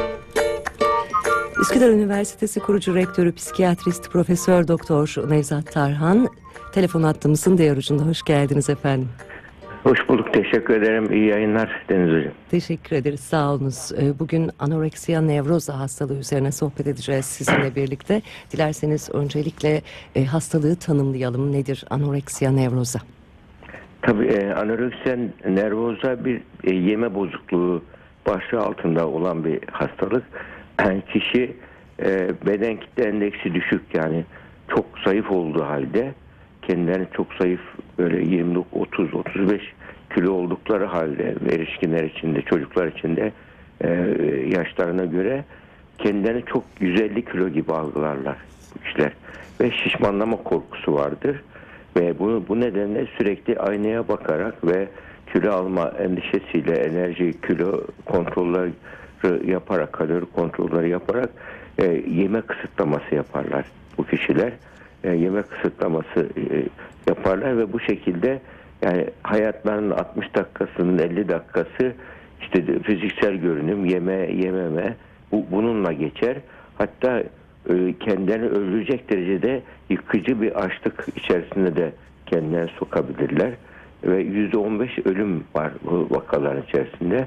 Üsküdar Üniversitesi kurucu rektörü, psikiyatrist Profesör Doktor Nevzat Tarhan telefon hattımızın diğer ucunda. Hoş geldiniz efendim. Hoş bulduk, teşekkür ederim. İyi yayınlar Deniz Hocam. Teşekkür ederiz, sağ olunuz. Bugün anoreksiya nevroza hastalığı üzerine sohbet edeceğiz sizinle birlikte. Dilerseniz öncelikle hastalığı tanımlayalım. Nedir anoreksiya nevroza? Tabii anoreksiya nervoza bir yeme bozukluğu başlığı altında olan bir hastalık. Yani kişi beden kitle endeksi düşük, yani çok zayıf olduğu halde, kendilerini çok zayıf, böyle 29-30-35 kilo oldukları halde ve erişkinler içinde, çocuklar içinde yaşlarına göre kendilerini çok 150 kilo gibi algılarlar bu kişiler ve şişmanlama korkusu vardır. Ve bu nedenle sürekli aynaya bakarak ve kilo alma endişesiyle enerji, kilo kontrolleri yaparak, kalori kontrolleri yaparak yeme kısıtlaması yaparlar bu kişiler. Yeme kısıtlaması yaparlar ve bu şekilde yani hayatlarının 60 dakikasının 50 dakikası işte fiziksel görünüm, yememe bununla geçer. Hatta kendilerini öldürecek derecede yıkıcı bir açlık içerisinde de kendilerini sokabilirler. Ve %15 ölüm var bu vakaların içerisinde.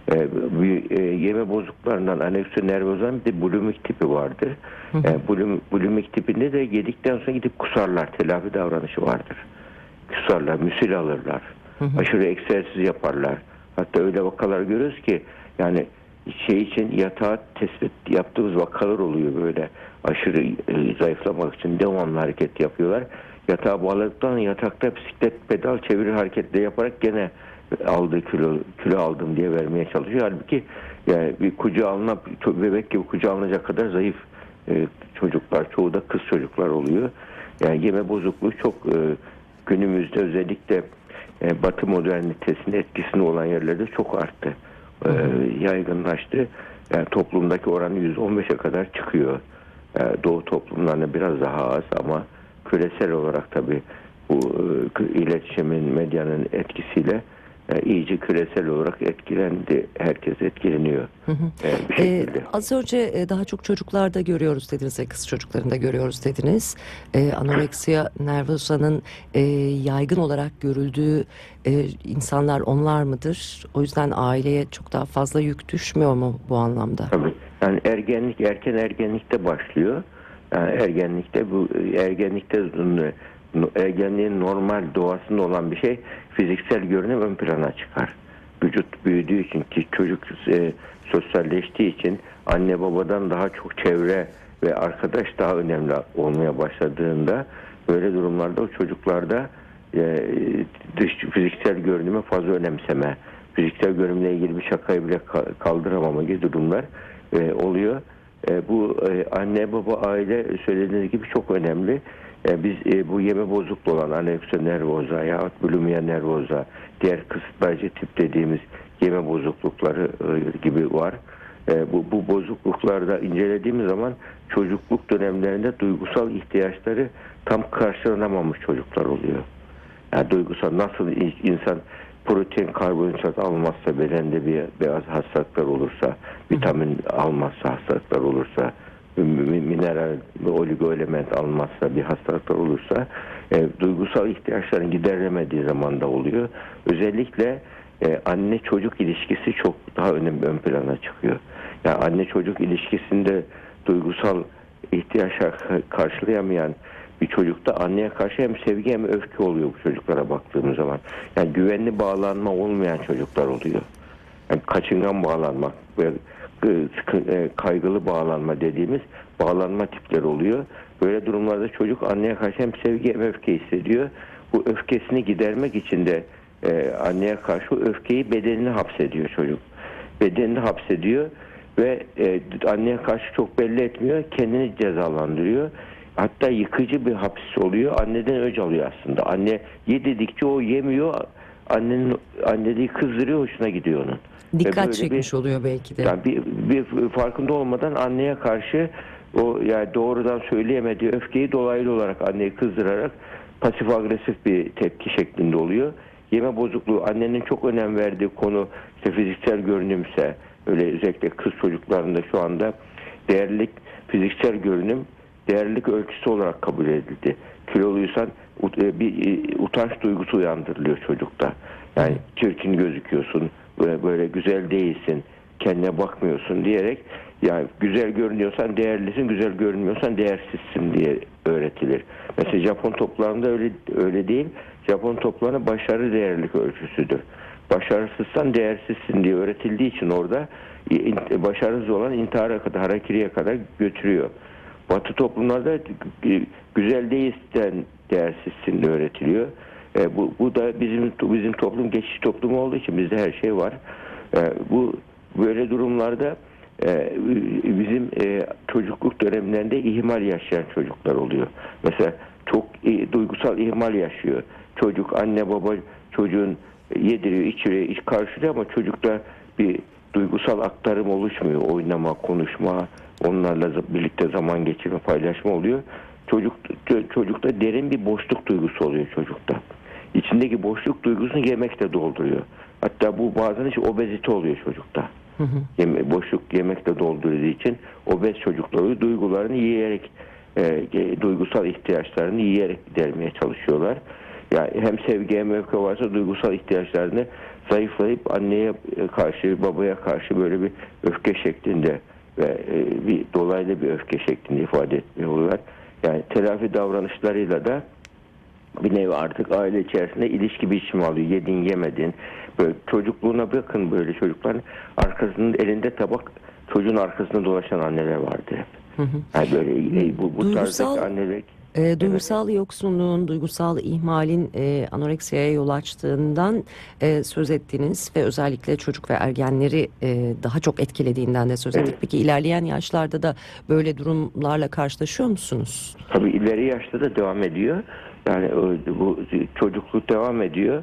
Yeme bozukluklarından anoreksiya nervozanın bir de bulimik tipi vardır. Bulimik tipinde de yedikten sonra gidip kusarlar, telafi davranışı vardır. Kusarlar, müsil alırlar, aşırı egzersiz yaparlar. Hatta öyle vakalar görüyoruz ki yani için yatağa tespit yaptığımız vakalar oluyor, böyle aşırı zayıflamak için devamlı hareket yapıyorlar. Yatağa bağladıktan yatakta bisiklet pedal çeviri hareketleri yaparak gene aldığı kilo aldım diye vermeye çalışıyor. Halbuki yani bir kucağa bebek gibi kucağa alınacak kadar zayıf çocuklar, çoğu da kız çocuklar oluyor. Yani yeme bozukluğu çok günümüzde özellikle Batı modernitesinin etkisinde olan yerlerde çok arttı. Yaygınlaştı. Yani toplumdaki oranı %15'e kadar çıkıyor. Doğu toplumlarında biraz daha az ama küresel olarak tabii bu iletişimin, medyanın etkisiyle iyice küresel olarak etkilendi. Herkes etkileniyor. Bir şekilde. Az önce daha çok çocuklarda görüyoruz dediniz, kız çocuklarında görüyoruz dediniz. Anoreksiya nervozanın yaygın olarak görüldüğü insanlar onlar mıdır? O yüzden aileye çok daha fazla yük düşmüyor mu bu anlamda? Tabii. Yani erken ergenlikte başlıyor. Yani ergenliğin normal doğasında olan bir şey, fiziksel görünüm ön plana çıkar. Vücut büyüdüğü için ki çocuk sosyalleştiği için anne babadan daha çok çevre ve arkadaş daha önemli olmaya başladığında böyle durumlarda o çocuklarda fiziksel görünüme fazla önemseme, fiziksel görünümle ilgili bir şakayı bile kaldıramama gibi durumlar oluyor. Bu anne baba aile söylediğiniz gibi çok önemli. Biz bu yeme bozukluğu olan anoreksiya nervoza ya bulimia nervoza, diğer kısıtlayıcı tip dediğimiz yeme bozuklukları gibi var. Bu bozukluklarda incelediğimiz zaman çocukluk dönemlerinde duygusal ihtiyaçları tam karşılanamamış çocuklar oluyor. Yani duygusal, nasıl insan protein, karbonhidrat almazsa, bedende bir beyaz hastalıklar olursa, vitamin almazsa hastalıklar olursa, mineral ve oligoelement almazsa bir hastalıklar olursa, duygusal ihtiyaçların gideremediği zaman da oluyor. Özellikle anne çocuk ilişkisi çok daha ön plana çıkıyor. Yani anne çocuk ilişkisinde duygusal ihtiyaçlar karşılayamayan bir çocukta anneye karşı hem sevgi hem öfke oluyor bu çocuklara baktığımız zaman. Yani güvenli bağlanma olmayan çocuklar oluyor. Yani kaçıngan bağlanmak ve kaygılı bağlanma dediğimiz bağlanma tipleri oluyor. Böyle durumlarda çocuk anneye karşı hem sevgi hem öfke hissediyor. Bu öfkesini gidermek için de anneye karşı öfkeyi bedenine hapsediyor çocuk. Bedenini hapsediyor ve anneye karşı çok belli etmiyor. Kendini cezalandırıyor. Hatta yıkıcı bir hapis oluyor. Anneden öc alıyor aslında. Anne ye dedikçe o yemiyor. Anneliği kızdırıyor, hoşuna gidiyor onun. Dikkat çekmiş oluyor belki de. Yani bir farkında olmadan anneye karşı o yani doğrudan söyleyemediği öfkeyi dolaylı olarak anneyi kızdırarak pasif agresif bir tepki şeklinde oluyor. Yeme bozukluğu annenin çok önem verdiği konu işte fiziksel görünümse öyle özellikle kız çocuklarında şu anda değerlilik, fiziksel görünüm değerlilik ölçüsü olarak kabul edildi. Kiloluysan bir utanç duygusu uyandırılıyor çocukta. Yani çirkin gözüküyorsun, böyle güzel değilsin, kendine bakmıyorsun diyerek, yani güzel görünüyorsan değerlisin, güzel görünmüyorsan değersizsin diye öğretilir. Mesela Japon toplarında öyle değil. Japon toplarında başarı değerlilik ölçüsüdür. Başarısızsan değersizsin diye öğretildiği için orada başarısız olan intihara kadar, harakiriye kadar götürüyor. Batı toplumlarda güzel değilsen değersizsin öğretiliyor. Bu da bizim toplum geçiş toplumu olduğu için bizde her şey var. Bu böyle durumlarda bizim çocukluk dönemlerinde ihmal yaşayan çocuklar oluyor. Mesela çok duygusal ihmal yaşıyor. Çocuk, anne baba çocuğun yediriyor, içiriyor, karşılıyor ama çocukta bir duygusal aktarım oluşmuyor. Oynama, konuşma, onlarla birlikte zaman geçirme, paylaşma oluyor. Çocukta derin bir boşluk duygusu oluyor çocukta. İçindeki boşluk duygusunu yemekle dolduruyor. Hatta bu bazen işte obezite oluyor çocukta. Boşluk yemekle doldurduğu için obez çocukları duygularını yiyerek, duygusal ihtiyaçlarını yiyerek gidermeye çalışıyorlar. Yani hem sevgi hem öfke varsa duygusal ihtiyaçlarını zayıflayıp anneye karşı, babaya karşı böyle bir öfke şeklinde ve bir dolaylı bir öfke şeklinde ifade etmiyorlar. Yani telafi davranışlarıyla da bir nevi artık aile içerisinde ilişki biçimi alıyor. Yedin yemedin. Böyle çocukluğuna bakın, böyle çocukların arkasının elinde tabak, çocuğun arkasında dolaşan anneler vardı hep. Yani böyle bu tarzdaki anneler. Duygusal yoksunluğun, duygusal ihmalin anoreksiyaya yol açtığından söz ettiniz ve özellikle çocuk ve ergenleri daha çok etkilediğinden de söz ettik. Peki ilerleyen yaşlarda da böyle durumlarla karşılaşıyor musunuz? Tabii ileri yaşta da devam ediyor. Yani bu çocukluk devam ediyor.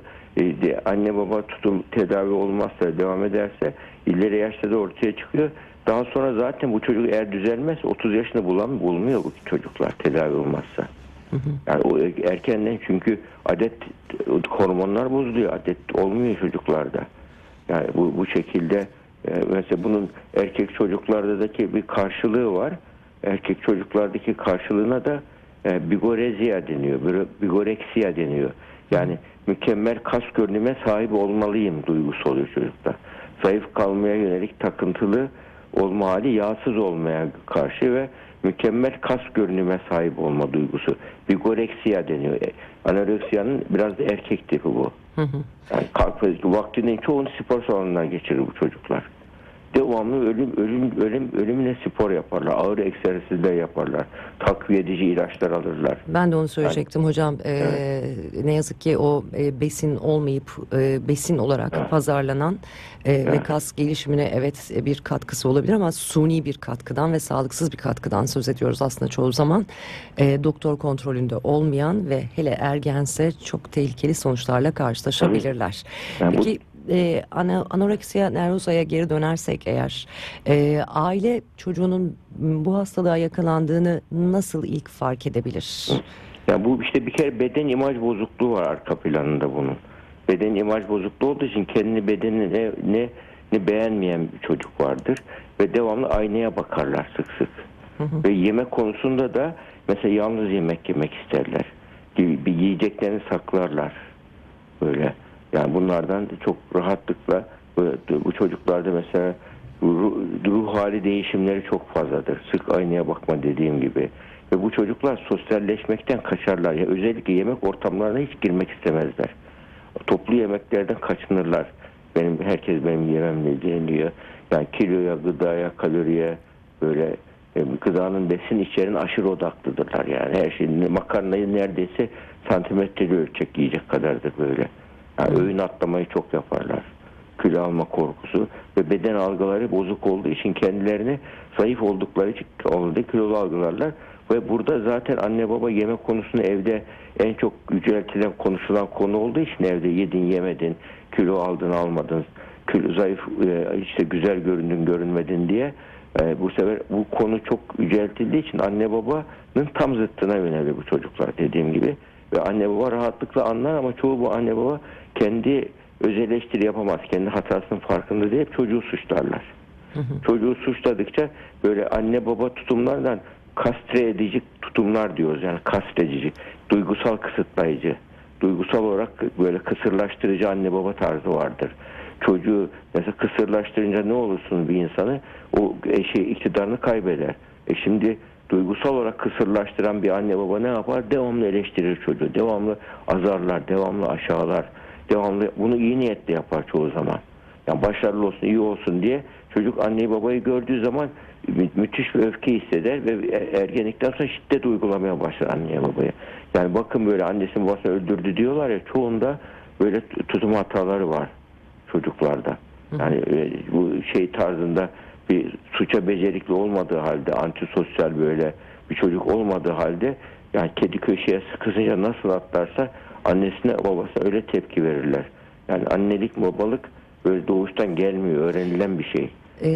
Anne baba tutum tedavi olmazsa, devam ederse ileri yaşta da ortaya çıkıyor. Daha sonra zaten bu çocuk eğer düzelmezse 30 yaşında bulmuyor bu çocuklar tedavi olmazsa. Yani o erkenden, çünkü adet hormonlar bozuluyor. Adet olmuyor çocuklarda. Yani bu şekilde mesela bunun erkek çocuklardaki bir karşılığı var. Erkek çocuklardaki karşılığına da bigorezia deniyor. Bigoreksiya deniyor. Yani mükemmel kas görünüme sahip olmalıyım duygusu oluyor çocukta. Zayıf kalmaya yönelik takıntılı olma hali, yağsız olmaya karşı ve mükemmel kas görünüme sahip olma duygusu. Bigoreksiya deniyor. Anoreksiyanın biraz da erkek tipi bu. Yani vaktinin çoğunu spor salonundan geçirir bu çocuklar. Devamlı ölümüne spor yaparlar. Ağır egzersizler yaparlar. Takviye edici ilaçlar alırlar. Ben de onu söyleyecektim hocam. Ne yazık ki o besin olmayıp besin olarak pazarlanan ve kas gelişimine evet bir katkısı olabilir ama suni bir katkıdan ve sağlıksız bir katkıdan söz ediyoruz aslında çoğu zaman. Doktor kontrolünde olmayan ve hele ergense çok tehlikeli sonuçlarla karşılaşabilirler. Yani peki anoreksiya nervosa'ya geri dönersek eğer, aile çocuğunun bu hastalığa yakalandığını nasıl ilk fark edebilir? Yani bu işte bir kere beden imaj bozukluğu var arka planında bunun. Beden imaj bozukluğu olduğu için kendi bedenini beğenmeyen bir çocuk vardır ve devamlı aynaya bakarlar sık sık. Ve yemek konusunda da mesela yalnız yemek yemek isterler. Bir yiyeceklerini saklarlar böyle. Yani bunlardan çok rahatlıkla bu çocuklarda mesela ruh hali değişimleri çok fazladır. Sık aynaya bakma dediğim gibi. Ve bu çocuklar sosyalleşmekten kaçarlar. Yani özellikle yemek ortamlarına hiç girmek istemezler. Toplu yemeklerden kaçınırlar. Herkes benim yememle ilgileniyor. Yani kiloya, gıdaya, kaloriye, böyle gıdanın besin içeriğine aşırı odaklıdırlar. Yani her şeyin, makarnayı neredeyse santimetreli ölçek yiyecek kadardır böyle. Yani öğün atlamayı çok yaparlar. Kilo alma korkusu ve beden algıları bozuk olduğu için kendilerini zayıf oldukları için kilolu algılarlar. Ve burada zaten anne baba yemek konusunu evde en çok yüceltilen, konuşulan konu olduğu için evde yedin yemedin, kilo aldın almadın, zayıf işte güzel göründün görünmedin diye bu sefer bu konu çok yüceltildiği için anne babanın tam zıttına yönelir bu çocuklar dediğim gibi. Ve anne baba rahatlıkla anlar ama çoğu bu anne baba kendi öz eleştiri yapamaz. Kendi hatasının farkında değil, çocuğu suçlarlar. Çocuğu suçladıkça böyle anne baba tutumlardan kastre edici tutumlar diyoruz. Yani kastredici, duygusal kısıtlayıcı, duygusal olarak böyle kısırlaştırıcı anne baba tarzı vardır. Çocuğu mesela kısırlaştırınca ne olursun bir insanı, o iktidarını kaybeder. Şimdi duygusal olarak kısırlaştıran bir anne baba ne yapar? Devamlı eleştirir çocuğu, devamlı azarlar, devamlı aşağılar, devamlı bunu iyi niyetle yapar çoğu zaman. Yani başarılı olsun, iyi olsun diye çocuk anneyi babayı gördüğü zaman müthiş bir öfke hisseder ve ergenlikten sonra şiddet uygulamaya başlar anneye babaya. Yani bakın böyle annesini babasını öldürdü diyorlar ya, çoğunda böyle tutum hataları var çocuklarda. Yani bu şey tarzında bir suça becerikli olmadığı halde, antisosyal böyle bir çocuk olmadığı halde, yani kedi köşeye sıkışınca nasıl atlarsa annesine babasına öyle tepki verirler. Yani annelik babalık böyle doğuştan gelmiyor, öğrenilen bir şey.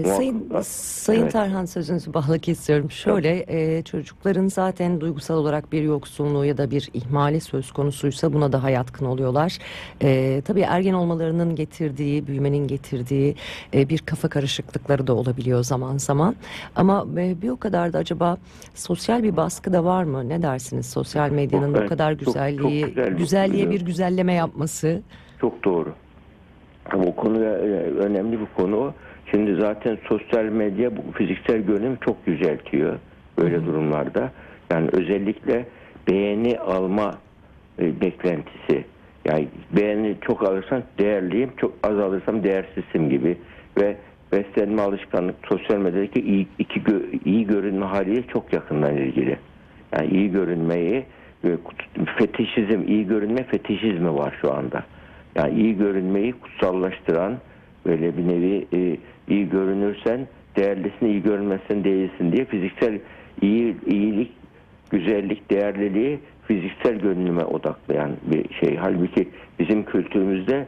Sayın Evet. Tarhan, sözünüzü bağlamak istiyorum. Şöyle, çocukların zaten duygusal olarak bir yoksunluğu ya da bir ihmali söz konusuysa buna daha yatkın oluyorlar. Tabii ergen olmalarının getirdiği, büyümenin getirdiği bir kafa karışıklıkları da olabiliyor zaman zaman. Ama bir o kadar da acaba sosyal bir baskı da var mı? Ne dersiniz? Sosyal medyanın bu Evet, kadar çok güzelliğe güzel, bir güzelleme yapması. çok doğru. Ama o konu önemli bir konu o. Şimdi zaten sosyal medya bu fiziksel görünüm çok yüceltiyor böyle durumlarda. Yani özellikle beğeni alma beklentisi. Yani beğeni çok alırsam değerliyim, çok az alırsam değersizim gibi ve beslenme alışkanlık sosyal medyadaki iyi görünme haliyle çok yakından ilgili. Yani iyi görünmeyi fetişizm, iyi görünme fetişizmi var şu anda. Yani iyi görünmeyi kutsallaştıran, böyle bir nevi iyi görünürsen değerlisin, iyi görünmezsen değilsin diye fiziksel iyilik, güzellik, değerliliği fiziksel görünüme odaklayan bir şey. Halbuki bizim kültürümüzde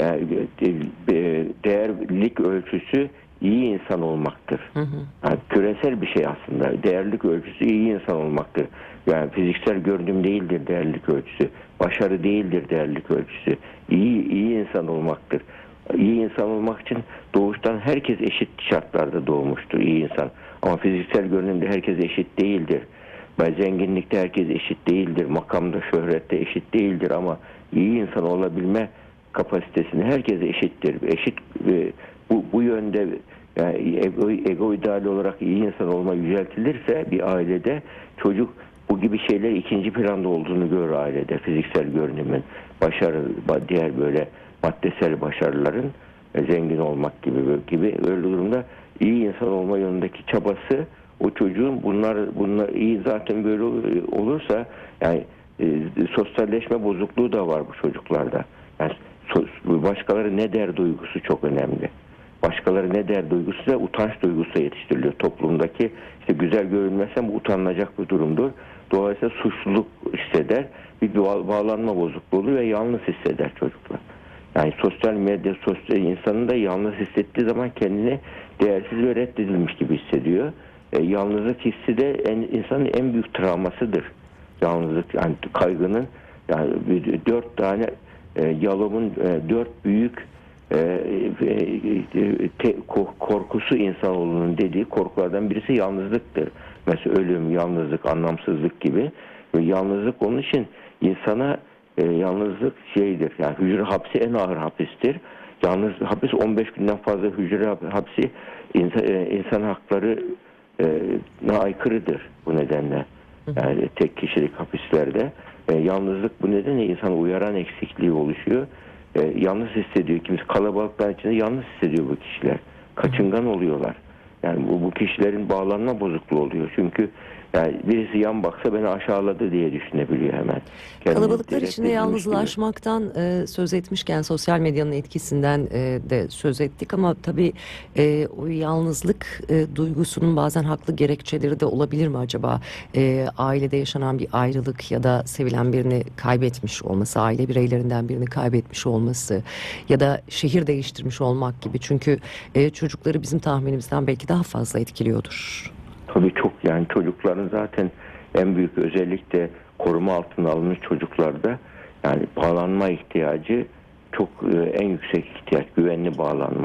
değerlilik ölçüsü iyi insan olmaktır. Yani küresel bir şey aslında. Değerlilik ölçüsü iyi insan olmaktır. Yani fiziksel görünüm değildir değerlilik ölçüsü. Başarı değildir değerlilik ölçüsü. İyi insan olmaktır. İyi insan olmak için doğuştan herkes eşit şartlarda doğmuştur, iyi insan. Ama fiziksel görünümde herkes eşit değildir. Zenginlikte herkes eşit değildir. Makamda, şöhrette eşit değildir ama iyi insan olabilme kapasitesini herkes eşittir. Eşit bu yönde, yani ego ideali olarak iyi insan olma yüceltilirse bir ailede, çocuk bu gibi şeyler ikinci planda olduğunu görür ailede. Fiziksel görünümün, başarı, diğer böyle maddesel başarıların, zengin olmak gibi öyle durumda iyi insan olma yönündeki çabası, o çocuğun bunlar iyi zaten böyle olursa, yani sosyalleşme bozukluğu da var bu çocuklarda. Yani başkaları ne der duygusu çok önemli. Başkaları ne der duygusu da utanç duygusu yetiştiriliyor toplumdaki. İşte güzel görünmezsen bu utanılacak bir durumdur. Dolayısıyla suçluluk hisseder, bir bağlanma bozukluğu olur ve yalnız hisseder çocuklar. Yani sosyal medya, insanın da yalnız hissettiği zaman kendini değersiz ve reddedilmiş gibi hissediyor. Yalnızlık hissi de insanın en büyük travmasıdır. Yalnızlık, yani kaygının, yani 4 tane Yalom'un 4 büyük korkusu insanoğlunun dediği korkulardan birisi yalnızlıktır. Mesela ölüm, yalnızlık, anlamsızlık gibi. Ve yalnızlık onun için insana, yalnızlık şeydir. Yani hücre hapsi en ağır hapistir. Yalnız hapis 15 günden fazla hücre hapsi insan hakları aykırıdır bu nedenle. Yani tek kişilik hapislerde yalnızlık bu nedenle insana uyaran eksikliği oluşuyor. Yalnız hissediyor. Kimisi kalabalıklar içinde yalnız hissediyor bu kişiler. Kaçıngan oluyorlar. Yani bu kişilerin bağlanma bozukluğu oluyor. Çünkü yani birisi yan baksa beni aşağıladı diye düşünebiliyor hemen. Kalabalıklar içinde yalnızlaşmaktan söz etmişken sosyal medyanın etkisinden de söz ettik ama tabii o yalnızlık duygusunun bazen haklı gerekçeleri de olabilir mi acaba? Ailede yaşanan bir ayrılık ya da sevilen birini kaybetmiş olması, aile bireylerinden birini kaybetmiş olması ya da şehir değiştirmiş olmak gibi. Çünkü çocukları bizim tahminimizden belki daha fazla etkiliyordur. Tabii çok, yani çocukların zaten en büyük özellik de koruma altına alınmış çocuklarda, yani bağlanma ihtiyacı çok en yüksek ihtiyaç, güvenli bağlanma.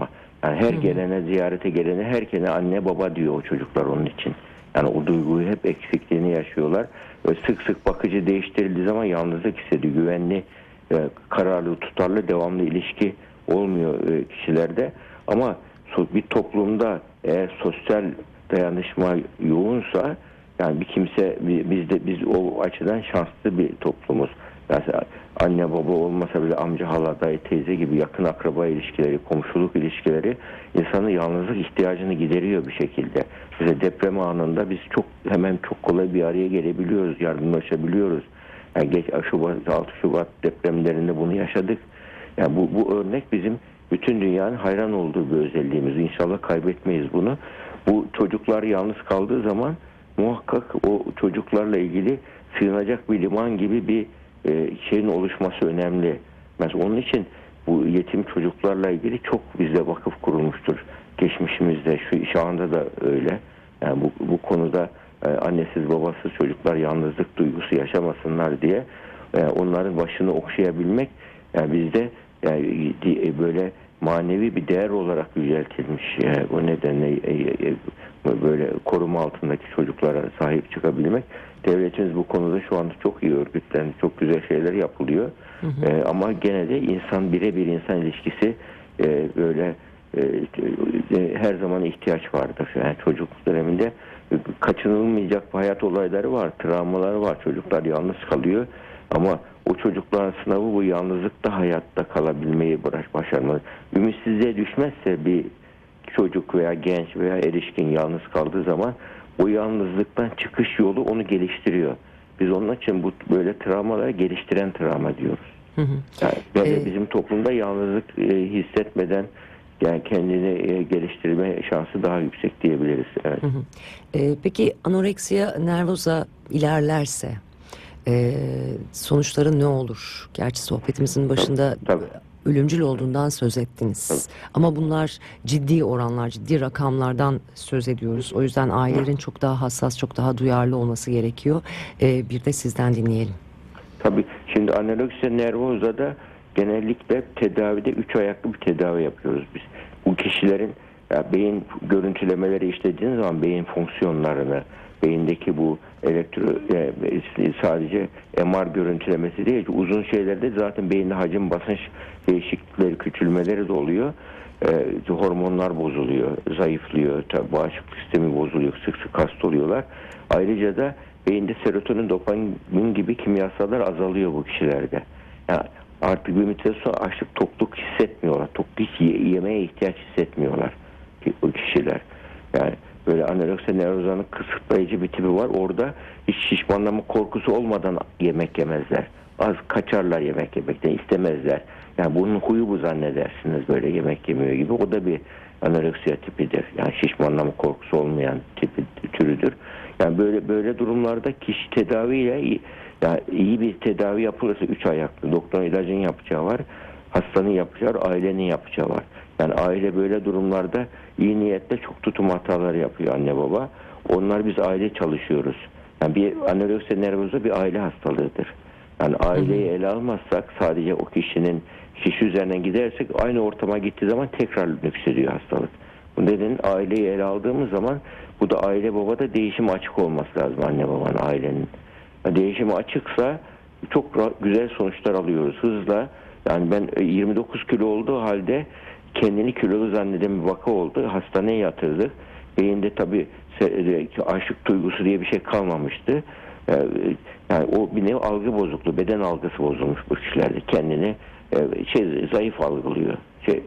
Yani her gelene, ziyarete gelene herkese anne baba diyor o çocuklar onun için. Yani o duyguyu hep eksikliğini yaşıyorlar. Ve sık sık bakıcı değiştirildiği zaman yalnızlık hissediyor. Güvenli, kararlı, tutarlı, devamlı ilişki olmuyor kişilerde. Ama bir toplumda eğer sosyal dayanışma yoğunsa, yani bir kimse, biz o açıdan şanslı bir toplumuz. Mesela anne baba olmasa bile amca, hala, dayı, teyze gibi yakın akraba ilişkileri, komşuluk ilişkileri insanın yalnızlık ihtiyacını gideriyor bir şekilde. Mesela deprem anında biz çok kolay bir araya gelebiliyoruz, yardımlaşabiliyoruz. Yani 6 Şubat depremlerinde bunu yaşadık. Yani bu örnek bizim bütün dünyanın hayran olduğu bir özelliğimiz. İnşallah kaybetmeyiz bunu. Bu çocuklar yalnız kaldığı zaman muhakkak o çocuklarla ilgili sığınacak bir liman gibi bir şeyin oluşması önemli. Mesela onun için bu yetim çocuklarla ilgili çok bizde vakıf kurulmuştur. Geçmişimizde, şu anda da öyle. Yani bu konuda annesiz babasız çocuklar yalnızlık duygusu yaşamasınlar diye onların başını okşayabilmek, yani bizde yani böyle manevi bir değer olarak yüceltilmiş. O nedenle böyle koruma altındaki çocuklara sahip çıkabilmek. Devletimiz bu konuda şu anda çok iyi örgütlendi. Çok güzel şeyler yapılıyor. Ama gene de birebir insan ilişkisi böyle her zaman ihtiyaç vardır. Yani çocukluk döneminde kaçınılmayacak hayat olayları var, travmaları var. Çocuklar yalnız kalıyor. Ama o çocukların sınavı bu yalnızlıkta hayatta kalabilmeyi başarmalı. Ümitsizliğe düşmezse bir çocuk veya genç veya erişkin yalnız kaldığı zaman o yalnızlıktan çıkış yolu onu geliştiriyor. Biz onun için bu böyle travmaları geliştiren travma diyoruz. Yani bizim toplumda yalnızlık hissetmeden yani kendini geliştirme şansı daha yüksek diyebiliriz. Evet. Peki anoreksiya nervosa ilerlerse sonuçları ne olur? Gerçi sohbetimizin başında Tabii. ölümcül olduğundan söz ettiniz. Ama bunlar ciddi oranlar, ciddi rakamlardan söz ediyoruz. O yüzden ailelerin çok daha hassas, çok daha duyarlı olması gerekiyor. Bir de sizden dinleyelim. Tabii. Şimdi anoreksiya nervosa'da genellikle tedavide 3 ayaklı bir tedavi yapıyoruz biz. Bu kişilerin beyin görüntülemeleri işlediğiniz zaman beyin fonksiyonlarını, beyindeki bu sadece MR görüntülemesi değil, uzun şeylerde zaten beyinde hacim, basınç değişiklikleri, küçülmeleri de oluyor. Hormonlar bozuluyor, zayıflıyor, bağışıklık sistemi bozuluyor, sık sık hasta oluyorlar. Ayrıca da beyinde serotonin, dopamin gibi kimyasallar azalıyor bu kişilerde. Yani artık bir müddet sonra açlık, tokluk hissetmiyorlar. Hiç yemeğe ihtiyaç hissetmiyorlar o kişiler. Yani böyle anoreksiya nervosa'nın kısıtlayıcı bir tipi var. Orada hiç şişmanlama korkusu olmadan yemek yemezler. Az kaçarlar yemek yemekten, istemezler. Yani bunun huyu bu zannedersiniz, böyle yemek yemiyor gibi. O da bir anoreksiya tipidir. Yani şişmanlama korkusu olmayan türüdür. Yani böyle durumlarda kişi tedaviyle, yani iyi bir tedavi yapılırsa 3 ayaklı, doktorun, ilacın yapacağı var, hastanın yapacağı, ailenin yapacağı var. Yani aile böyle durumlarda iyi niyetle çok tutum hataları yapıyor anne baba. Biz aile çalışıyoruz. Yani bir anoreksiya nervosa bir aile hastalığıdır. Yani aileyi ele almazsak, sadece o kişi üzerinden gidersek, aynı ortama gittiği zaman tekrar nüksediyor hastalık. Bu nedenle aileyi ele aldığımız zaman, bu da aile babada değişime açık olması lazım, anne babanın, ailenin. Yani değişime açıksa çok güzel sonuçlar alıyoruz hızla. Yani ben 29 kilo olduğu halde kendini kilolu zanneden bir vaka oldu. Hastaneye yatırdık. Beyinde tabii açlık duygusu diye bir şey kalmamıştı. Yani o bir nevi algı bozukluğu, beden algısı bozulmuş bu kişilerde. Kendini zayıf algılıyor.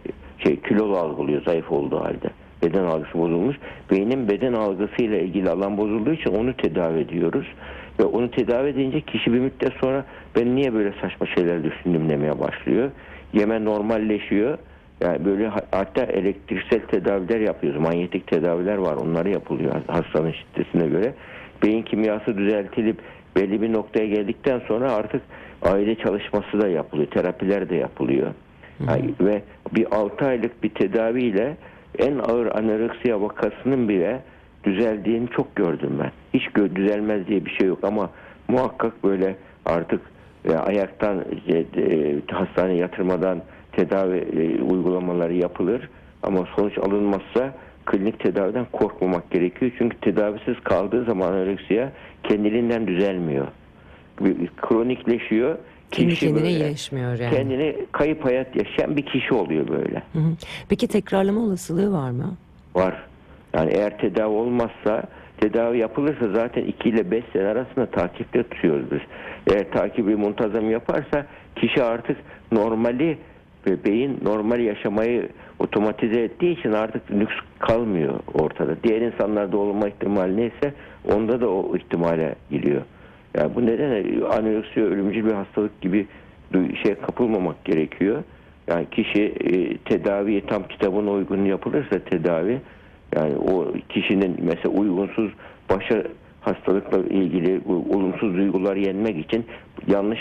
Kilolu algılıyor zayıf olduğu halde. Beden algısı bozulmuş. Beynin beden algısıyla ilgili alan bozulduğu için onu tedavi ediyoruz. Ve onu tedavi edince kişi bir müddet sonra ben niye böyle saçma şeyler düşündüm demeye başlıyor. Yeme normalleşiyor. Yani böyle, hatta elektriksel tedaviler yapıyoruz. Manyetik tedaviler var. Onları yapılıyor hastanın şiddetine göre. Beyin kimyası düzeltilip belli bir noktaya geldikten sonra artık aile çalışması da yapılıyor. Terapiler de yapılıyor. Yani ve bir 6 aylık bir tedaviyle en ağır anoreksiya vakasının bile düzeldiğini çok gördüm ben. Hiç düzelmez diye bir şey yok ama muhakkak böyle artık ayaktan hastaneye yatırmadan tedavi uygulamaları yapılır. Ama sonuç alınmazsa klinik tedaviden korkmamak gerekiyor. Çünkü tedavisiz kaldığı zaman anoreksiya kendiliğinden düzelmiyor. Kronikleşiyor. Kendi Kişi kendine böyle iyileşmiyor yani. kendini kayıp hayat yaşayan bir kişi oluyor böyle. Hı hı. Peki tekrarlama olasılığı var mı? Var. Yani eğer tedavi olmazsa, tedavi yapılırsa zaten 2 ile 5 sene arasında takipte tutuyoruz biz. Eğer takibi muntazam yaparsa kişi artık normali, beyin normal yaşamayı otomatize ettiği için artık lüks kalmıyor ortada. Diğer insanlarda olma ihtimali neyse onda da o ihtimale giriyor. Yani bu nedenle anoreksiya ölümcül bir hastalık gibi kapılmamak gerekiyor. Yani kişi tedavi tam kitabına uygun yapılırsa tedavi, yani o kişinin mesela uygunsuz hastalıkla ilgili olumsuz duyguları yenmek için yanlış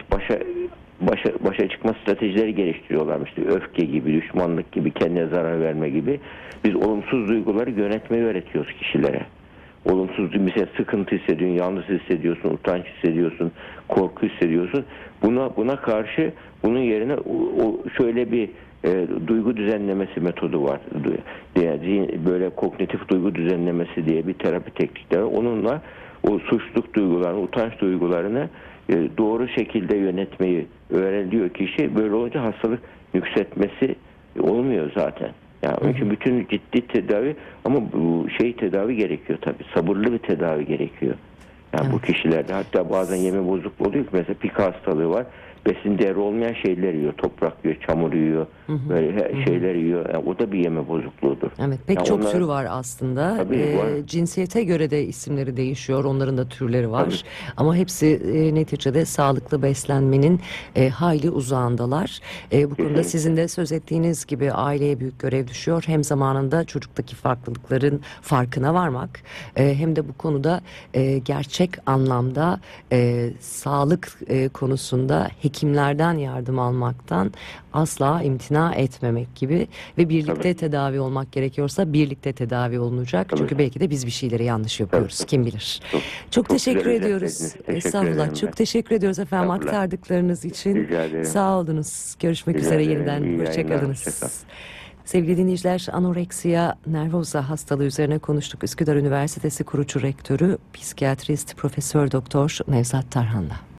başa çıkma stratejileri geliştiriyorlar. İşte öfke gibi, düşmanlık gibi, kendine zarar verme gibi. Biz olumsuz duyguları yönetmeyi öğretiyoruz kişilere. Olumsuz mesela sıkıntı hissediyorsun, yalnız hissediyorsun, utanç hissediyorsun, korku hissediyorsun. Buna karşı bunun yerine şöyle bir duygu düzenlemesi metodu var. Yani böyle kognitif duygu düzenlemesi diye bir terapi teknikleri. Onunla o suçluluk duygularını, utanç duygularını doğru şekilde yönetmeyi öğreniyor kişi. Böyle olunca hastalık yükseltmesi olmuyor zaten. Yani onun için bütün ciddi tedavi, ama bu tedavi gerekiyor tabii. Sabırlı bir tedavi gerekiyor. Yani bu kişilerde hatta bazen yeme bozukluğu oluyor ki, mesela pika hastalığı var. Besin değeri olmayan şeyler yiyor. Toprak yiyor, çamur yiyor. Böyle şeyler yiyor. Yani o da bir yeme bozukluğudur. Evet, pek yani çok türü var aslında. Tabii var. Cinsiyete göre de isimleri değişiyor. Onların da türleri var. Tabii. Ama hepsi neticede sağlıklı beslenmenin hayli uzağındalar. Bu konuda sizin de söz ettiğiniz gibi aileye büyük görev düşüyor. Hem zamanında çocuktaki farklılıkların farkına varmak, hem de bu konuda gerçek anlamda sağlık konusunda hekimlerden yardım almaktan asla imtina etmemek gibi ve birlikte tedavi olmak gerekiyorsa birlikte tedavi olunacak. Çünkü belki de biz bir şeyleri yanlış yapıyoruz. Kim bilir. Çok teşekkür ediyoruz. Estağfurullah. Çok teşekkür ediyoruz efendim aktardıklarınız için. Rica ederim. Sağ olunuz. Görüşmek Rica üzere ederim. yeniden. İyi yayınlar. Hoşçakalınız. Hoşça kal. Sevgili dinleyiciler, anoreksiya nervosa hastalığı üzerine konuştuk. Üsküdar Üniversitesi kurucu rektörü, psikiyatrist Profesör Doktor Nevzat Tarhan'la.